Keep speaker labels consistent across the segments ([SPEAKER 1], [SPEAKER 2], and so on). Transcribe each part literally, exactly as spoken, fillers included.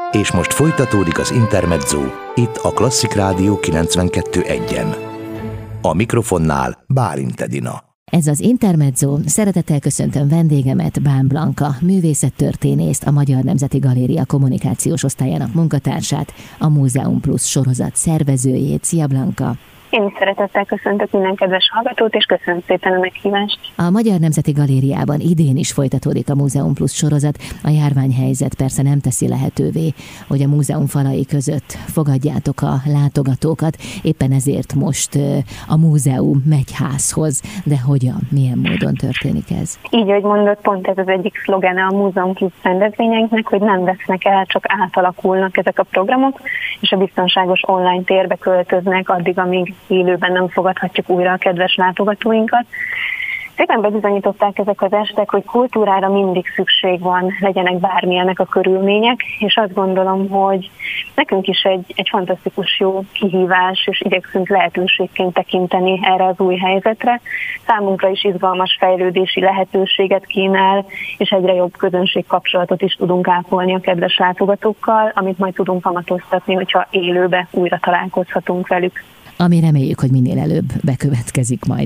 [SPEAKER 1] És most folytatódik az Intermezzo, itt a Klasszik Rádió kilencvenkettő egyen. A mikrofonnál Bálint Edina.
[SPEAKER 2] Ez az Intermezzo, szeretettel köszöntöm vendégemet, Bán Blanka, művészettörténészt, a Magyar Nemzeti Galéria kommunikációs osztályának munkatársát, a Múzeum Plus sorozat szervezőjét. Szia, Blanka!
[SPEAKER 3] Én is szeretettel köszöntök minden kedves hallgatót, és köszönöm szépen a meghívást.
[SPEAKER 2] A Magyar Nemzeti Galériában idén is folytatódik a Múzeum Plus sorozat. A járványhelyzet persze nem teszi lehetővé, hogy a múzeum falai között fogadjátok a látogatókat, éppen ezért most a múzeum megy házhoz. De hogyan, milyen módon történik ez?
[SPEAKER 3] Így, ahogy mondod, pont ez az egyik szlogene a Múzeum Plus rendezvényeinknek, hogy nem vesznek el, csak átalakulnak ezek a programok, és a biztonságos online térbe költöznek addig, amíg élőben nem fogadhatjuk újra a kedves látogatóinkat. Szépen bebizonyították ezek az estek, hogy kultúrára mindig szükség van, legyenek bármilyenek a körülmények, és azt gondolom, hogy nekünk is egy, egy fantasztikus jó kihívás, és igyekszünk lehetőségként tekinteni erre az új helyzetre. Számunkra is izgalmas fejlődési lehetőséget kínál, és egyre jobb közönségkapcsolatot is tudunk ápolni a kedves látogatókkal, amit majd tudunk kamatoztatni, hogyha élőbe újra találkozhatunk velük.
[SPEAKER 2] Ami reméljük, hogy minél előbb bekövetkezik majd.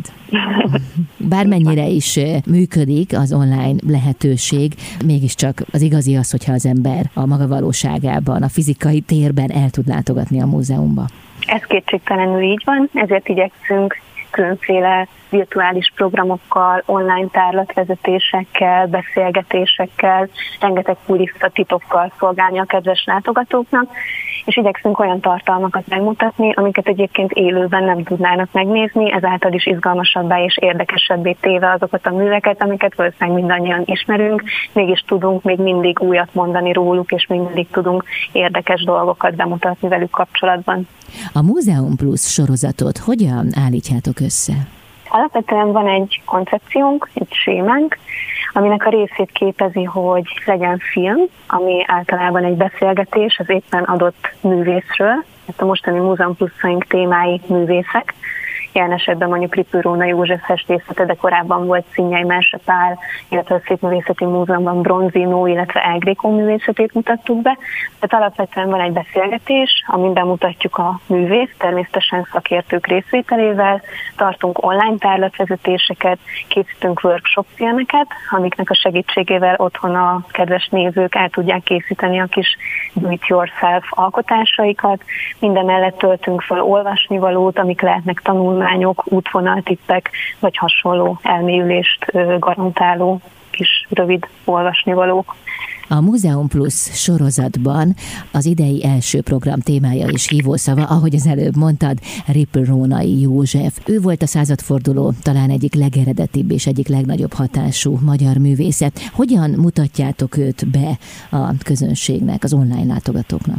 [SPEAKER 2] Bármennyire is működik az online lehetőség, mégiscsak az igazi az, hogyha az ember a maga valóságában, a fizikai térben el tud látogatni a múzeumba.
[SPEAKER 3] Ez kétségtelenül így van, ezért igyekszünk különféle virtuális programokkal, online tárlatvezetésekkel, beszélgetésekkel, rengeteg kulisszatitokkal szolgálni a kedves látogatóknak, és igyekszünk olyan tartalmakat megmutatni, amiket egyébként élőben nem tudnának megnézni, ezáltal is izgalmasabbá és érdekesebbé téve azokat a műveket, amiket valószínűleg mindannyian ismerünk, mégis tudunk még mindig újat mondani róluk, és még mindig tudunk érdekes dolgokat bemutatni velük kapcsolatban.
[SPEAKER 2] A Múzeum Plus sorozatot hogyan állítjátok össze?
[SPEAKER 3] Alapvetően van egy koncepciónk, egy sémánk, aminek a részét képezi, hogy legyen film, ami általában egy beszélgetés az éppen adott művészről. Ezt a mostani Múzeum Pluszaink témái művészek. Jelen esetben mondjuk Ripő Róna József festészete, de korábban volt Szinyei Merse Pál, illetve a Szépművészeti Múzeumban Bronzino, illetve El Greco művészetét mutattuk be. Tehát alapvetően van egy beszélgetés, amin bemutatjuk a művészt, természetesen szakértők részvételével, tartunk online tárlatvezetéseket, készítünk workshop filmeket, amiknek a segítségével otthon a kedves nézők el tudják készíteni a kis do-it-yourself alkotásaikat. Minden mellett töltünk fel olvasnivalót, amik lehetnek tanulmányok, útvonaltippek, vagy hasonló elmélyülést garantáló kis rövid olvasnivalók.
[SPEAKER 2] A Múzeum Plus sorozatban az idei első program témája és hívószava, ahogy az előbb mondtad, Ripő Rónai József. Ő volt a századforduló talán egyik legeredetibb és egyik legnagyobb hatású magyar művészet. Hogyan mutatjátok őt be a közönségnek, az online látogatóknak?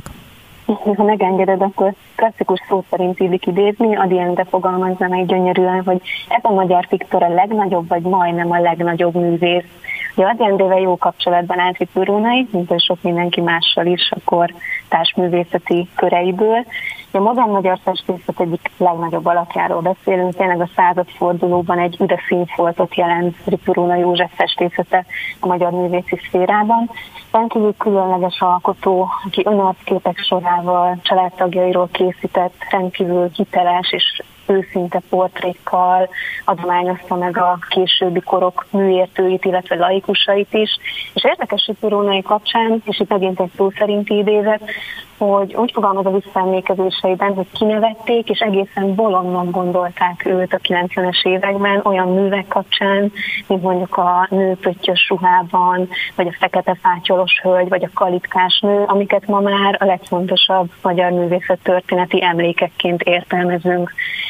[SPEAKER 3] Ha megengeded, akkor klasszikus szó szerint illik idézni, Ady Ende fogalmazza meg gyönyörűen, hogy ez a magyar Viktor a legnagyobb, vagy majdnem a legnagyobb művész. Ugye Ady Endével jó kapcsolatban állt Ripő Rónai, mint hogy sok mindenki mással is, akkor társművészeti köreiből. A modern magyar festészet egyik legnagyobb alakjáról beszélünk, tényleg a századfordulóban egy üde színfoltot jelent Ripő Róna József festészete a magyar művészi szférában. Rendkívül különleges alkotó, aki önarcképek sorával, családtagjairól készített, rendkívül hiteles és őszinte portrékkal adományozta meg a későbbi korok műértőit, illetve laikusait is. És érdekes Ripő Rónai kapcsán, és itt megint egy szó szerinti idézet, hogy úgy fogalmaz a visszaemlékezéseiben, hogy kinevették, és egészen bolondnak gondolták őt a kilencvenes években olyan művek kapcsán, mint mondjuk a Nő pöttyös ruhában, vagy a Fekete fátyolos hölgy, vagy a Kalitkás nő, amiket ma már a legfontosabb magyar művészet történeti emlékekként értelmezünk.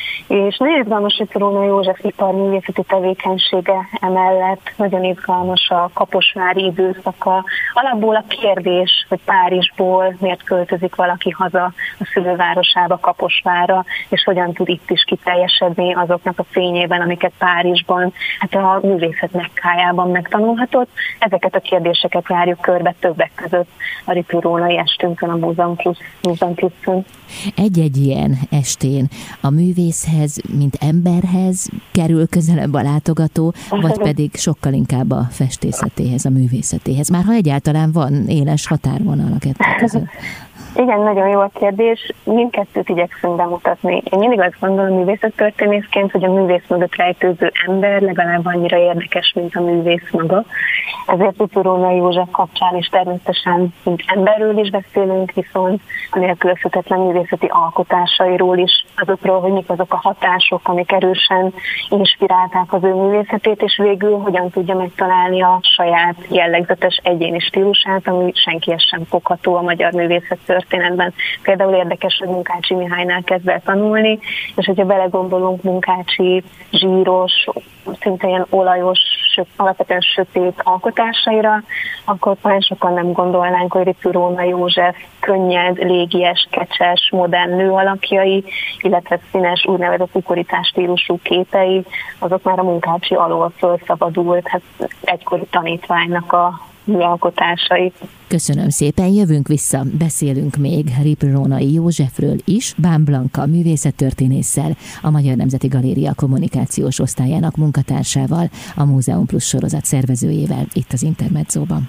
[SPEAKER 3] És nagyon izgalmas Ripő Róna József iparművészeti tevékenysége emellett, nagyon izgalmas a kaposvári időszaka. Alapból a kérdés, hogy Párizsból miért költözik valaki haza a szülővárosába, Kaposvárra, és hogyan tud itt is kiteljesedni azoknak a fényében, amiket Párizsban, hát a művészet Mekkájában megtanulhatott. Ezeket a kérdéseket járjuk körbe többek között a Ripő Rónai estünkön, a Múzeum Plus, Múzeum Pluszon.
[SPEAKER 2] Egy-egy ilyen estén a művészhez ehhez, mint emberhez kerül közelebb a látogató, vagy pedig sokkal inkább a festészetéhez, a művészetéhez? Már ha egyáltalán van éles határvonal a kettő között.
[SPEAKER 3] Igen, nagyon jó a kérdés. Mindkettőt igyekszünk bemutatni. Én mindig azt gondolom művészettörténészként, hogy a művész mögött rejtőző ember legalább annyira érdekes, mint a művész maga. Ezért Ripuy-Rónai József kapcsán is természetesen mint emberről is beszélünk, viszont a nélkülözhetetlen művészeti alkotásairól is, azokról, hogy mik azok a hatások, amik erősen inspirálták az ő művészetét, és végül hogyan tudja megtalálni a saját jellegzetes egyéni stílusát, ami senkihez sem fogható a magyar művészet történetben. Például érdekes, hogy Munkácsy Mihálynál kezd el tanulni, és hogyha belegondolunk Munkácsy zsíros, szinte ilyen olajos, alapvetően sötét alkotásaira, akkor talán sokan nem gondolnánk, hogy Ripuy-Rónai József könnyed, légies, kecses, modern nő alakjai, illetve színes, úgynevezett kukoricás stílusú képei, azok már a Munkácsy alól felszabadult, hát egykori tanítványnak a műalkotásai.
[SPEAKER 2] Köszönöm szépen, jövünk vissza, beszélünk még Ripuy-Rónai Józsefről is, Bán Blanka művészettörténésszel, a Magyar Nemzeti Galéria kommunikációs osztályának munkatársával, a Múzeum Plus sorozat szervezőjével itt az Intermedzóban.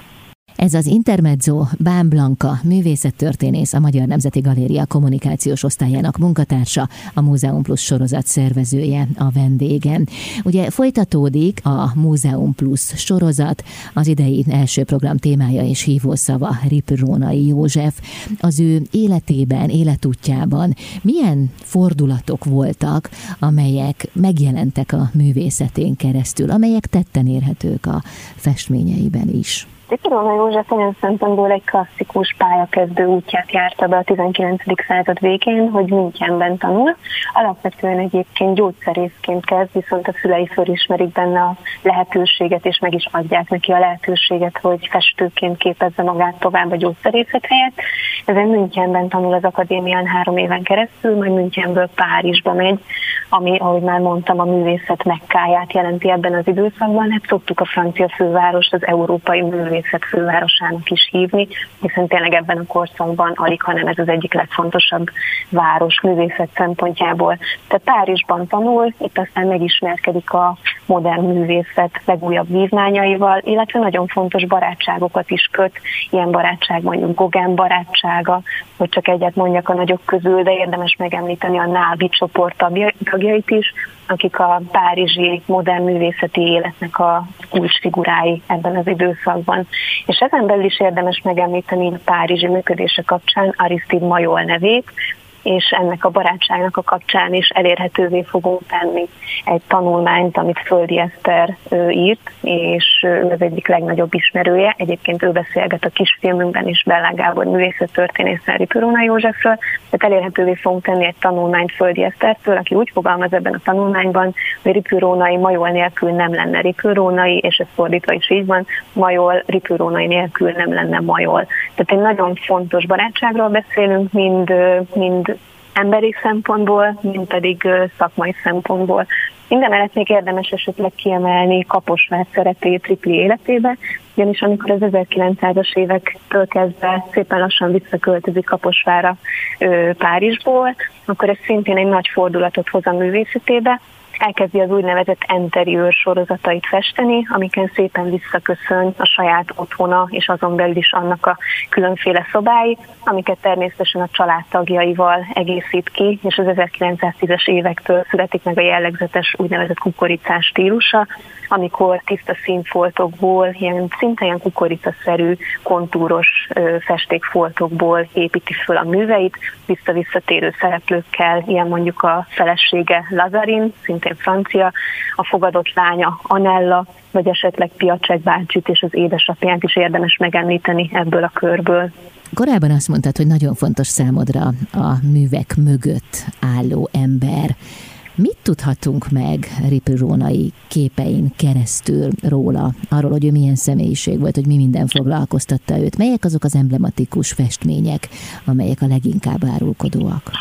[SPEAKER 2] Ez az Intermezzo, Bán Blanka, művészettörténész, a Magyar Nemzeti Galéria kommunikációs osztályának munkatársa, a Múzeum Plus sorozat szervezője, a vendégem. Ugye folytatódik a Múzeum Plus sorozat, az idei első program témája és hívószava Ripuy-Rónai József. Az ő életében, életútjában milyen fordulatok voltak, amelyek megjelentek a művészetén keresztül, amelyek tetten érhetők a festményeiben is?
[SPEAKER 3] Ripuy-Rónai József olyan szempontból egy klasszikus pályakezdő útját járta be a tizenkilencedik század végén, hogy Münchenben tanul. Alapvetően egyébként gyógyszerészként kezd, viszont a szülei fölismerik benne a lehetőséget, és meg is adják neki a lehetőséget, hogy festőként képezze magát tovább a gyógyszerészet helyett. Ezen Münchenben tanul az akadémián három éven keresztül, majd Münchenből Párizsba megy, ami, ahogy már mondtam, a művészet Mekkáját jelenti ebben az időszakban. Hát szoktuk a francia fővárost az európai művészet fővárosának is hívni, hiszen tényleg ebben a korszakban alig, hanem ez az egyik legfontosabb város művészet szempontjából. Tehát Párizsban tanul, itt aztán megismerkedik a modern művészet legújabb vívmányaival, illetve nagyon fontos barátságokat is köt, ilyen barátság mondjuk Gauguin barátsága, hogy csak egyet mondjak a nagyok közül, de érdemes megemlíteni a Nábi csoport tagjait is, akik a párizsi modern művészeti életnek a kulcsfigurái ebben az időszakban. És ezen belül is érdemes megemlíteni a párizsi működése kapcsán Aristide Maillol nevét, és ennek a barátságnak a kapcsán is elérhetővé fogunk tenni egy tanulmányt, amit Földi Eszter írt, és ő az egyik legnagyobb ismerője. Egyébként ő beszélget a kisfilmünkben is Bellák Gábor művészettörténésszel Ripuy-Rónai Józsefről, tehát elérhetővé fogunk tenni egy tanulmányt Földi Esztertől, aki úgy fogalmaz ebben a tanulmányban, hogy Ripuy-Rónai Maillol nélkül nem lenne Ripuy-Rónai, és ez fordítva is így van, Maillol Ripuy-Rónai nélkül nem lenne Maillol. Tehát egy nagyon fontos barátságról beszélünk, mind, mind emberi szempontból, mint pedig szakmai szempontból. Mindemellett még érdemes esetleg kiemelni Kaposvár szerepét Ripley életébe, ugyanis amikor az ezerkilencszázas évektől kezdve szépen lassan visszaköltözik Kaposvárra Párizsból, akkor ez szintén egy nagy fordulatot hoz a művészetébe. Elkezdi az úgynevezett interiőr sorozatait festeni, amiken szépen visszaköszön a saját otthona, és azon belül is annak a különféle szobái, amiket természetesen a családtagjaival egészít ki, és az ezerkilencszáztízes évektől születik meg a jellegzetes úgynevezett kukoricás stílusa, amikor tiszta színfoltokból, ilyen szinte ilyen kukoricaszerű, kontúros festékfoltokból építi föl a műveit, vissza-visszatérő szereplőkkel, ilyen mondjuk a felesége Lazarin, szintén francia, a fogadott lánya Anella, vagy esetleg Piacek bácsit és az édesapját is érdemes megemlíteni ebből a körből.
[SPEAKER 2] Korábban azt mondtad, hogy nagyon fontos számodra a művek mögött álló ember. Mit tudhatunk meg Ripuy-Rónai képein keresztül róla, arról, hogy ő milyen személyiség volt, hogy mi minden foglalkoztatta őt? Melyek azok az emblematikus festmények, amelyek a leginkább árulkodóak?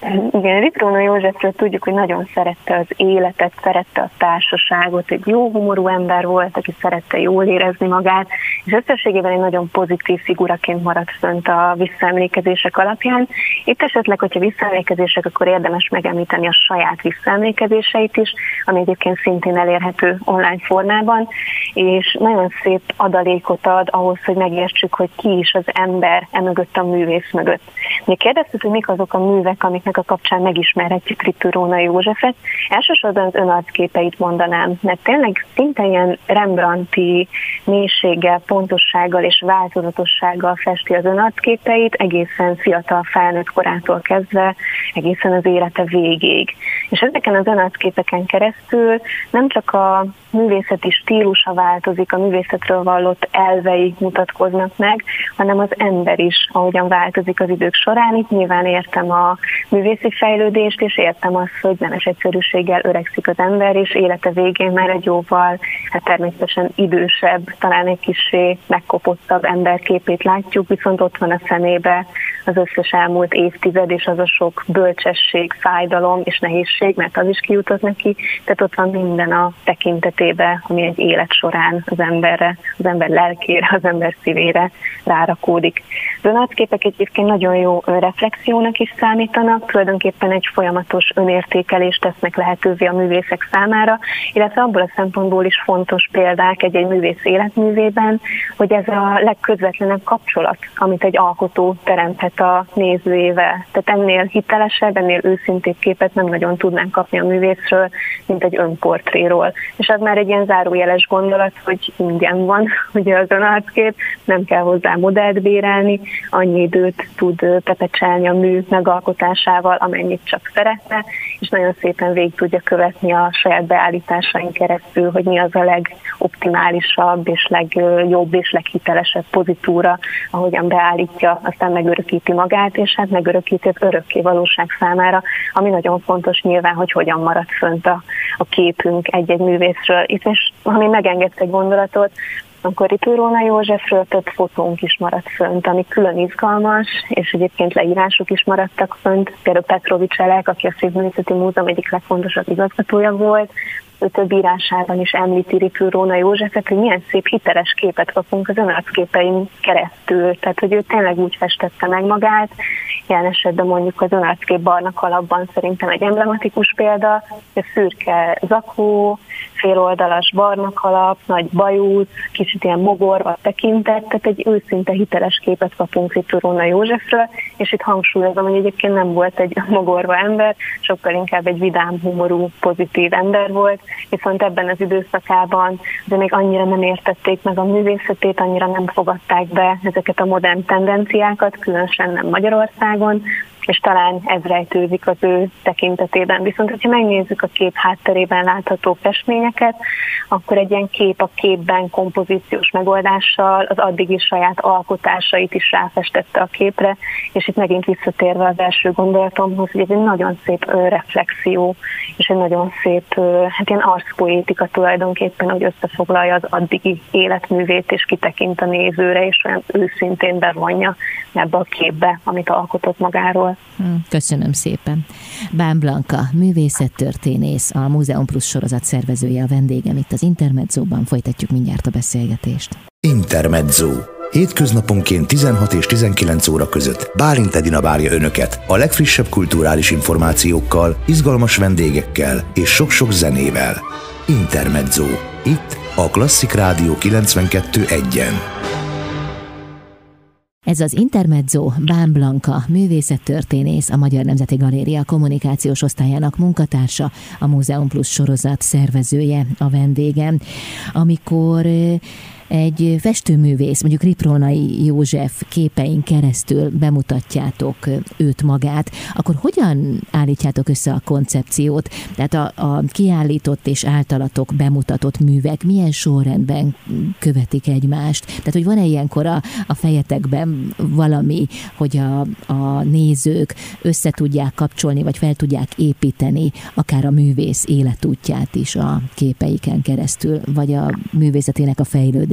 [SPEAKER 3] Igen, Ripróna Józsefről tudjuk, hogy nagyon szerette az életet, szerette a társaságot, egy jó humorú ember volt, aki szerette jól érezni magát, és összességében egy nagyon pozitív figuraként maradt fönt a visszaemlékezések alapján. Itt esetleg, hogyha visszaemlékezések, akkor érdemes megemlíteni a saját visszaemlékezéseit is, ami egyébként szintén elérhető online formában, és nagyon szép adalékot ad ahhoz, hogy megértsük, hogy ki is az ember emögött, a művész mögött. Még kérdeztük, hogy mik azok a művek, amiknek a kapcsán megismerhetjük Rippl-Róna Józsefet. Elsősorban az önarcképeit mondanám, mert tényleg szinte ilyen Rembrandti mélységgel, pontossággal és változatossággal festi az önarcképeit, egészen fiatal felnőtt korától kezdve, egészen az élete végéig. És ezeken az önarcképeken keresztül nem csak a művészeti stílusa változik, a művészetről vallott elvei mutatkoznak meg, hanem az ember is, ahogyan változik az idők során. Itt nyilván értem a művészi fejlődést, és értem azt, hogy nemes egyszerűséggel öregszik az ember, és élete végén már egy jóval, hát természetesen idősebb, talán egy kissé megkopottabb emberképét látjuk, viszont ott van a szemébe az összes elmúlt évtized, és az a sok bölcsesség, fájdalom és nehézség, mert az is kijutott neki, tehát ott van minden a tekintetébe, ami egy élet során az emberre, az ember lelkére, az ember szívére rárakódik. Az önarcképek egyébként nagyon jó reflexiónak is számítanak, tulajdonképpen egy folyamatos önértékelést tesznek lehetővé a művészek számára, illetve abból a szempontból is fontos példák egy-egy művész életművében, hogy ez a legközvetlenebb kapcsolat, amit egy alkotó teremthet a nézőjével. Tehát ennél hitelesebb, ennél őszintébb képet nem nagyon tudnánk kapni a művészről, mint egy önportréról. És az már egy ilyen zárójeles gondolat, hogy ingyen van ugye az önarckép, nem kell hozzá modellt bérelni, annyi időt tud pepecselni a mű megalkotásával, amennyit csak szeretne, és nagyon szépen végig tudja követni a saját beállításain keresztül, hogy mi az a legoptimálisabb és legjobb és leghitelesebb pozitúra, ahogyan beállítja, aztán megörökíti magát, és hát megörökíti az örökké valóság számára, ami nagyon fontos nyilván, hogy hogyan marad fönt a, a képünk egy-egy művészről. Itt és ha még megengedsz egy gondolatot, akkor Rippl-Róna Józsefről több fotónk is maradt fönt, ami külön izgalmas, és egyébként leírások is maradtak fönt. Például Petrovics Elek, aki a Szépművészeti Múzeum egyik legfontosabb igazgatója volt, ő több írásában is említi Rippl-Róna Józsefet, hogy milyen szép hiteles képet kapunk az önarcképein keresztül. Tehát, hogy ő tényleg úgy festette meg magát, jelen esetben mondjuk az önarckép barna kalapban szerintem egy emblematikus példa, a szürke zakó, féloldalas barna kalap, nagy bajút, kicsit ilyen mogorva tekintet, tehát egy őszinte hiteles képet kapunk Rippl-Róna Józsefről, és itt hangsúlyozom, hogy egyébként nem volt egy mogorva ember, sokkal inkább egy vidám, humorú, pozitív ember volt, viszont ebben az időszakában de még annyira nem értették meg a művészetét, annyira nem fogadták be ezeket a modern tendenciákat, különösen nem Magyarországon, és talán ez rejtőzik az ő tekintetében. Viszont, hogyha megnézzük a kép hátterében látható festményeket, akkor egy ilyen kép a képben kompozíciós megoldással az addigi saját alkotásait is ráfestette a képre, és itt megint visszatérve az első gondolatomhoz, hogy ez egy nagyon szép reflexió, és egy nagyon szép, hát ilyen arszpoétika tulajdonképpen, hogy összefoglalja az addigi életművét, és kitekint a nézőre, és olyan őszintén bevonja ebbe a képbe, amit alkotott magáról.
[SPEAKER 2] Köszönöm szépen. Bán Blanka, művészettörténész, a Múzeum Plus sorozat szervezője a vendégem itt az Intermedzóban. Folytatjuk mindjárt a beszélgetést.
[SPEAKER 1] Intermezzo. Hétköznaponként tizenhat és tizenkilenc óra között Bálint Edina várja Önöket a legfrissebb kulturális információkkal, izgalmas vendégekkel és sok-sok zenével. Intermezzo. Itt a Klasszik Rádió kilencvenkettő egyen.
[SPEAKER 2] Ez az Intermezzo, Bán Blanka, művészettörténész, a Magyar Nemzeti Galéria kommunikációs osztályának munkatársa, a Múzeum Plus sorozat szervezője a vendégem. Amikor egy festőművész, mondjuk Rippl-Róna József képein keresztül bemutatjátok őt magát, akkor hogyan állítjátok össze a koncepciót? Tehát a, a kiállított és általatok bemutatott művek milyen sorrendben követik egymást? Tehát, hogy van-e ilyenkor a, a fejetekben valami, hogy a, a nézők össze tudják kapcsolni, vagy fel tudják építeni akár a művész életútját is a képeiken keresztül, vagy a művészetének a fejlődését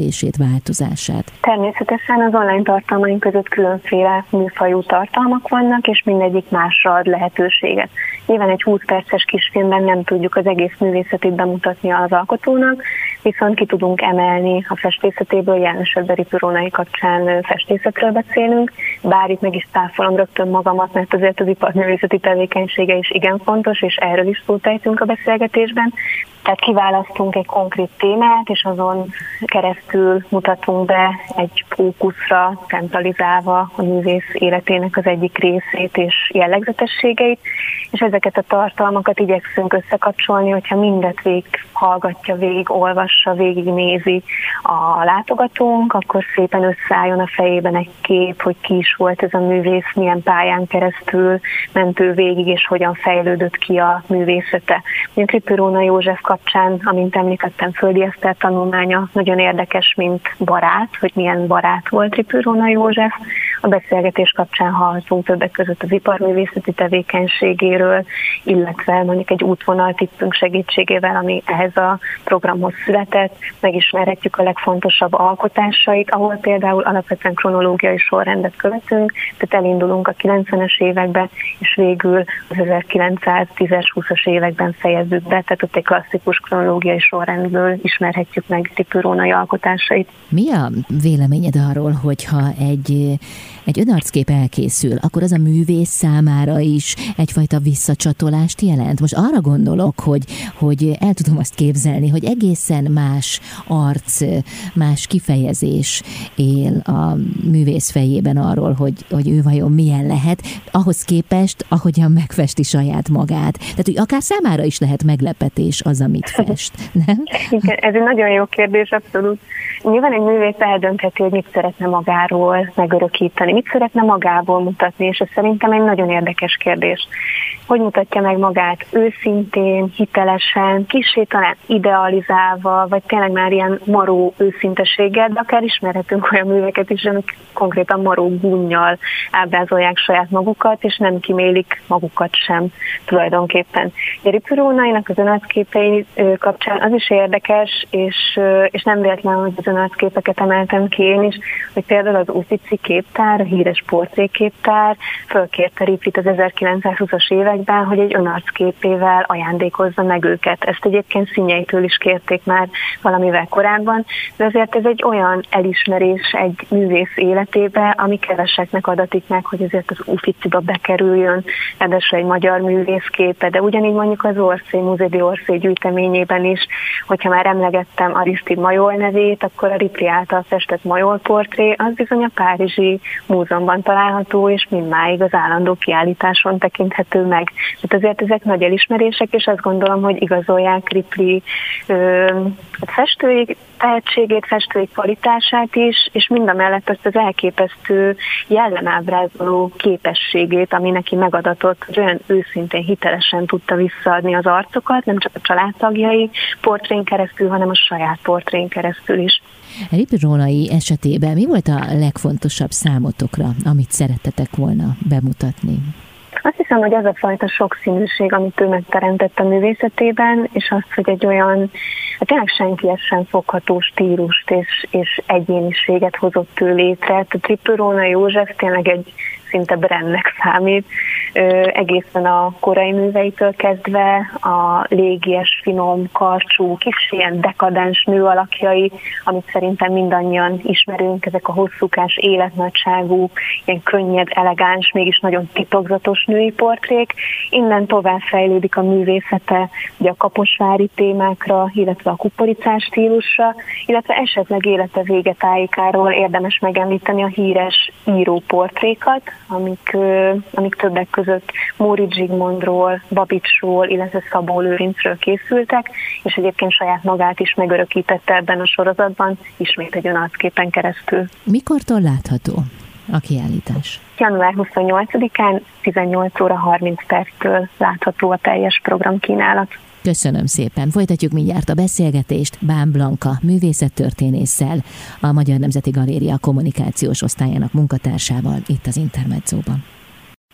[SPEAKER 2] fejlődését, változását?
[SPEAKER 3] Természetesen az online tartalmaink között különféle műfajú tartalmak vannak, és mindegyik másra ad lehetőséget. Nyilván egy húsz perces kisfilmben nem tudjuk az egész művészetét bemutatni az alkotónak, viszont ki tudunk emelni a festészetéből, jelen esetben Ripley Rónai kapcsán festészetről beszélünk, bár itt meg is táfolom rögtön magamat, mert azért az iparművészeti tevékenysége is igen fontos, és erről is szót ejtünk a beszélgetésben. Tehát kiválasztunk egy konkrét témát, és azon keresztül mutatunk be egy fókuszra, centralizálva a művész életének az egyik részét és jellegzetességeit, és ezeket a tartalmakat igyekszünk összekapcsolni, hogyha mindet végig hallgatja, végig olvassa, végignézi a látogatónk, akkor szépen összeálljon a fejében egy kép, hogy ki is volt ez a művész, milyen pályán keresztül ment ő végig, és hogyan fejlődött ki a művészete. Ripley Rónai József kapcsán, amint említettem, Földi Eszter tanulmánya nagyon érdekes, mint barát, hogy milyen barát volt Ripley Rónai József. A beszélgetés kapcsán hallhatunk többek között az iparművészeti tevékenységéről, illetve mondjuk egy útvonaltippünk segítségével, ami ehhez a programhoz született, megismerhetjük a legfontosabb alkotásait, ahol például alapvetően kronológiai sorrendet követünk, tehát elindulunk a kilencvenes években, és végül az ezerkilencszáztízes-húszas években fejezzük be, tehát ott egy klasszikus kronológiai sorrendből ismerhetjük meg Ripley Rónai alkotásait.
[SPEAKER 2] Mi a véleményed arról, hogyha egy, egy önarckép elkészül, akkor az a művész számára is egyfajta visszacsatolást jelent? Most arra gondolok, hogy, hogy el tudom azt képzelni, hogy egészen más arc, más kifejezés él a művész fejében arról, hogy, hogy ő vajon milyen lehet, ahhoz képest, ahogyan megfesti saját magát. Tehát, hogy akár számára is lehet meglepetés az, amit fest, nem?
[SPEAKER 3] Igen, ez egy nagyon jó kérdés, abszolút. Nyilván egy művész eldöntheti, hogy mit szeretne magáról megörökíteni, mit szeretne magából mutatni, és ez szerintem egy nagyon érdekes kérdés. Hogy mutatja meg magát őszintén, hitelesen, kissé talán idealizálva, vagy tényleg már ilyen maró őszinteséggel, de akár ismerhetünk olyan műveket is, amik konkrétan maró gúnnyal ábrázolják saját magukat, és nem kimélik magukat sem tulajdonképpen. Ripley Rónainak az önarcképei kapcsán az is érdekes, és, és nem véletlenül, hogy az önarcképeket emeltem ki én is, hogy például az Uffizi képtár, a híres portréképtár fölkérte Ripleyt az ezerkilencszázhúszas években, hogy egy önarcképével ajándékozza meg őket. Ezt egyébként színjeitől is kérték már valamivel korábban, de azért ez egy olyan elismerés egy művész életébe, ami keveseknek adatik meg, hogy azért az Uffiziba bekerüljön, ráadásul egy magyar művész képe, de ugyanígy mondjuk az Orsay, Musée d'Orsay gyűjteményében is, hogyha már emlegettem Aristide Maillol nevét, akkor a Ripley által festett Maillol portré, az bizony a Párizsi Múzeumban található, és mindmáig az állandó kiállításon tekinthető meg. Tehát azért ezek nagy elismerések, és azt gondolom, hogy igazolják Ripley ö, festői tehetségét, festői kvalitását is, és mindamellett azt az elképesztő jellemábrázoló képességét, ami neki megadatott, hogy olyan őszintén, hitelesen tudta visszaadni az arcokat, nem csak a családtagjai portrén keresztül, hanem a saját portrén keresztül is.
[SPEAKER 2] Ripley Rónai esetében mi volt a legfontosabb számotokra, amit szerettetek volna bemutatni?
[SPEAKER 3] Azt hiszem, hogy az a fajta sokszínűség, amit ő megteremtett a művészetében, és az, hogy egy olyan, hát tényleg senkihez sem fogható stílust és, és egyéniséget hozott ő létre. Tehát Ripley Rónai József tényleg egy szinte brandnek számít, Ö, egészen a korai műveitől kezdve a légies, finom, karcsú, kis ilyen dekadens nő alakjai, amit szerintem mindannyian ismerünk, ezek a hosszúkás, életnagyságú, ilyen könnyed, elegáns, mégis nagyon titokzatos női portrék. Innen tovább fejlődik a művészete, ugye a kaposvári témákra, illetve a kuporicás stílusra, illetve esetleg élete vége tájékáról érdemes megemlíteni a híres íróportrékat, amik, amik többek között Móricz Zsigmondról, Babicsról, illetve Szabó Lőrincről készültek, és egyébként saját magát is megörökítette ebben a sorozatban, ismét egy önarcképen keresztül.
[SPEAKER 2] Mikortól látható a kiállítás?
[SPEAKER 3] január huszonnyolcadikán tizennyolc óra harminc perctől látható a teljes programkínálat.
[SPEAKER 2] Köszönöm szépen. Folytatjuk mindjárt a beszélgetést Bán Blanka művészettörténésszel, a Magyar Nemzeti Galéria kommunikációs osztályának munkatársával itt az Intermedzóban.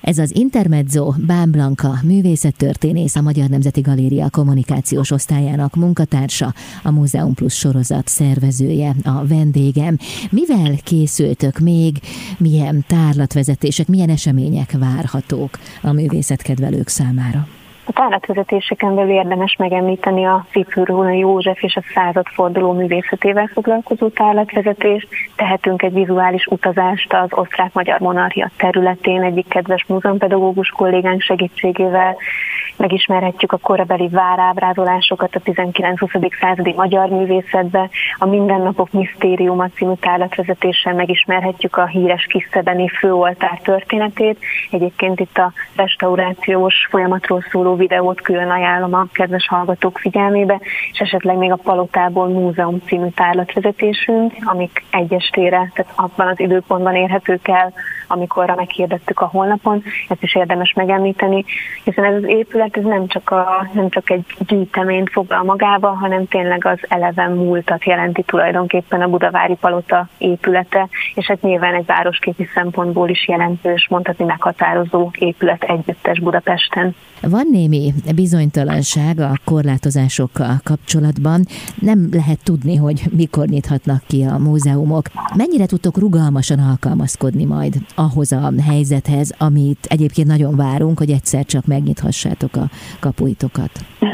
[SPEAKER 2] Ez az Intermezzo, Bán Blanka, művészettörténész, a Magyar Nemzeti Galéria kommunikációs osztályának munkatársa, a Múzeum Plus sorozat szervezője, a vendégem. Mivel készültök még, milyen tárlatvezetések, milyen események várhatók a művészetkedvelők számára?
[SPEAKER 3] A tárlatvezetéseken belül érdemes megemlíteni a Ripley-Rónai József és a századforduló művészetével foglalkozó tárlatvezetést. Tehetünk egy vizuális utazást az osztrák-magyar monarchia területén egyik kedves múzeumpedagógus kollégánk segítségével. Megismerhetjük a korabeli várábrázolásokat a tizenkilenc-huszadik századi magyar művészetbe, a Mindennapok misztériuma című tárlatvezetéssel megismerhetjük a híres Kisszebeni főoltár történetét. Egyébként itt a restaurációs folyamatról szóló videót külön ajánlom a kedves hallgatók figyelmébe, és esetleg még a Palotából múzeum című tárlatvezetésünk, amik egy estére, tehát abban az időpontban érhetők el, amikorra meghirdettük a honlapon. Ezt is érdemes megemlíteni, hiszen ez az épület ez nem csak, a, nem csak egy gyűjteményt foglal magába, hanem tényleg az eleven múltat jelenti tulajdonképpen a Budavári Palota épülete, és hát nyilván egy városképi szempontból is jelentős, mondhatni meghatározó épület együttes Budapesten.
[SPEAKER 2] Van némi bizonytalanság a korlátozásokkal kapcsolatban. Nem lehet tudni, hogy mikor nyithatnak ki a múzeumok. Mennyire tudtok rugalmasan alkalmazkodni majd ahhoz a helyzethez, amit egyébként nagyon várunk, hogy egyszer csak megnyithassátok a kapuitokat?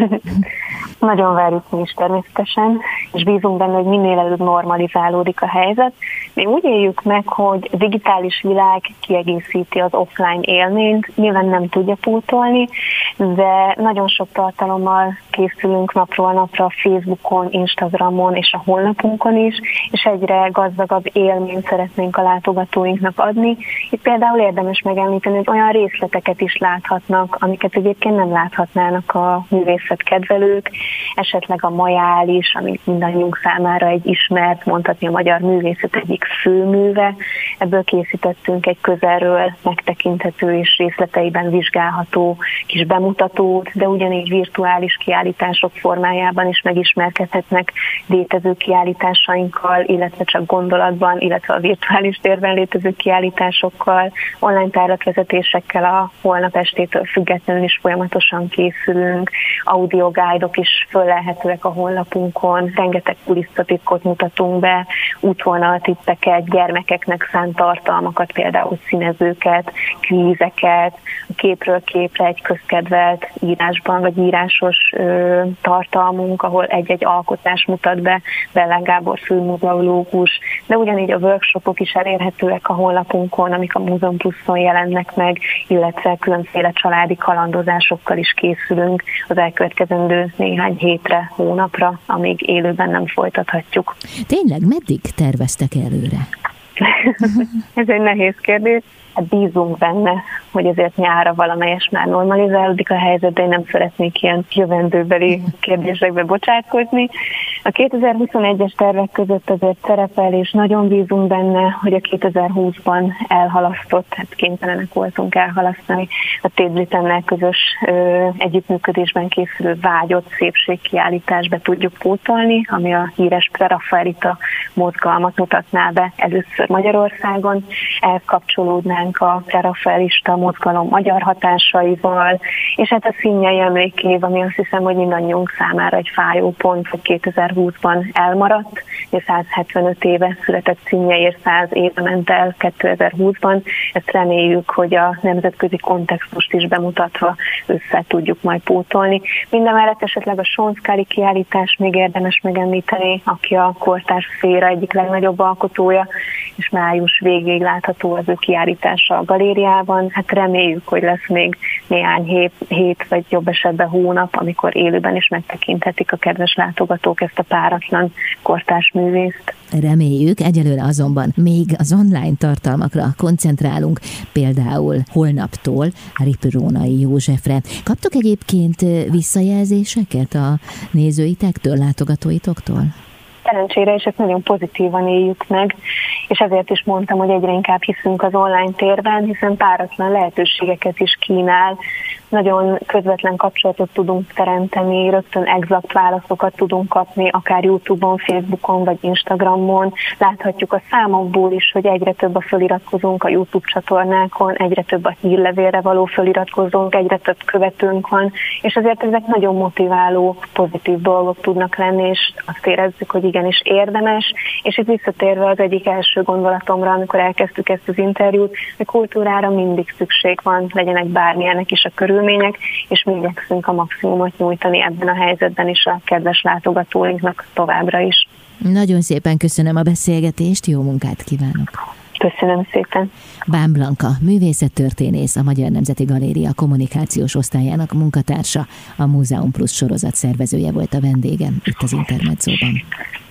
[SPEAKER 3] Nagyon várjuk mi is természetesen, és bízunk benne, hogy minél előbb normalizálódik a helyzet. Mi úgy éljük meg, hogy a digitális világ kiegészíti az offline élményt, nyilván nem tudja pótolni, de nagyon sok tartalommal készülünk napról napra a Facebookon, Instagramon és a honlapunkon is, és egyre gazdagabb élményt szeretnénk a látogatóinknak adni. Itt például érdemes megemlíteni, hogy olyan részleteket is láthatnak, amiket egyébként nem láthatnának a művészetkedvelők, esetleg a majális, ami mindannyiunk számára egy ismert, mondhatni a magyar művészet egyik főműve. Ebből készítettünk egy közelről megtekinthető és részleteiben vizsgálható kis bemutatót, de ugyanígy virtuális kiállítások formájában is megismerkedhetnek létező kiállításainkkal, illetve csak gondolatban, illetve a virtuális térben létező kiállításokkal, online tárlatvezetésekkel a holnap estétől függetlenül is folyamatosan készülünk, audioguide-ok is föllelhetőek a honlapunkon, rengeteg kulisszatitkot mutatunk be, útvonaltippeket, gyermekeknek szánt tartalmakat, például színezőket, kvízeket, képről képre egy közkedvelt írásban, vagy írásos ö, tartalmunk, ahol egy-egy alkotás mutat be Bellán Gábor főmuzeológus, de ugyanígy a workshopok is elérhetőek a honlapunkon, amik a Múzeum Pluszon jelennek meg, illetve különféle családi kalandozásokkal is készülünk az elkövetkezendő néhány hétre, hónapra, amíg élőben nem folytathatjuk.
[SPEAKER 2] Tényleg, meddig terveztek előre?
[SPEAKER 3] Ez egy nehéz kérdés. Hát bízunk benne, hogy azért nyárra valamelyes már normalizálódik a helyzet, de én nem szeretnék ilyen jövendőbeli kérdésekbe bocsátkozni. A kétezer-huszonegyes tervek között azért szerepel, és nagyon bízunk benne, hogy a kétezer-húszban elhalasztott, hát kénytelenek voltunk elhalasztani a Tate Brittannel közös ö, együttműködésben készülő vágyott szépségkiállítást be tudjuk pótolni, ami a híres Prerafaelita mozgalmat mutatná be először Magyarországon. Ehhez kapcsolódnánk a prerafaelista mozgalom magyar hatásaival, és hát a színjei emlékév, ami azt hiszem, hogy mindannyiunk számára egy fájó pont, hogy kétezer-húszban elmaradt, és százhetvenöt éve született színjeiért száz éve ment el kétezer-húszban. Ezt reméljük, hogy a nemzetközi kontextust is bemutatva össze tudjuk majd pótolni. Mindemellett esetleg a Sean Scully kiállítás még érdemes megemlíteni, aki a kortárs szféra egyik legnagyobb alkotója, és május végéig látható az ő kiállítása a galériában. Hát reméljük, hogy lesz még néhány hét, hét vagy jobb esetben hónap, amikor élőben is megtekinthetik a kedves látogatók ezt a páratlan kortárs művészt.
[SPEAKER 2] Reméljük, egyelőre azonban még az online tartalmakra koncentrálunk, például holnaptól Ripley-Rónai Józsefre. Kaptok egyébként visszajelzéseket a nézőitektől, látogatóitoktól?
[SPEAKER 3] szerencsére, és ezt nagyon pozitívan éljük meg, és ezért is mondtam, hogy egyre inkább hiszünk az online térben, hiszen páratlan lehetőségeket is kínál, nagyon közvetlen kapcsolatot tudunk teremteni, rögtön exakt válaszokat tudunk kapni, akár YouTube-on, Facebookon vagy Instagramon. Láthatjuk a számokból is, hogy egyre több a feliratkozónk a YouTube csatornákon, egyre több a hírlevélre való feliratkozónk, egyre több követőnk van, és ezért ezek nagyon motiváló, pozitív dolgok tudnak lenni, és azt érezzük, hogy igenis érdemes, és itt visszatérve az egyik első gondolatomra, amikor elkezdtük ezt az interjút, hogy kultúrára mindig szükség van, legyenek bármilyenek is a körülmények, és mi igyekszünk a maximumot nyújtani ebben a helyzetben is a kedves látogatóinknak továbbra is.
[SPEAKER 2] Nagyon szépen köszönöm a beszélgetést, jó munkát kívánok!
[SPEAKER 3] Köszönöm szépen!
[SPEAKER 2] Bán Blanka, művészettörténész, a Magyar Nemzeti Galéria kommunikációs osztályának munkatársa, a Múzeum Plus sorozat szervezője volt a vendégem itt az Intermedzóban.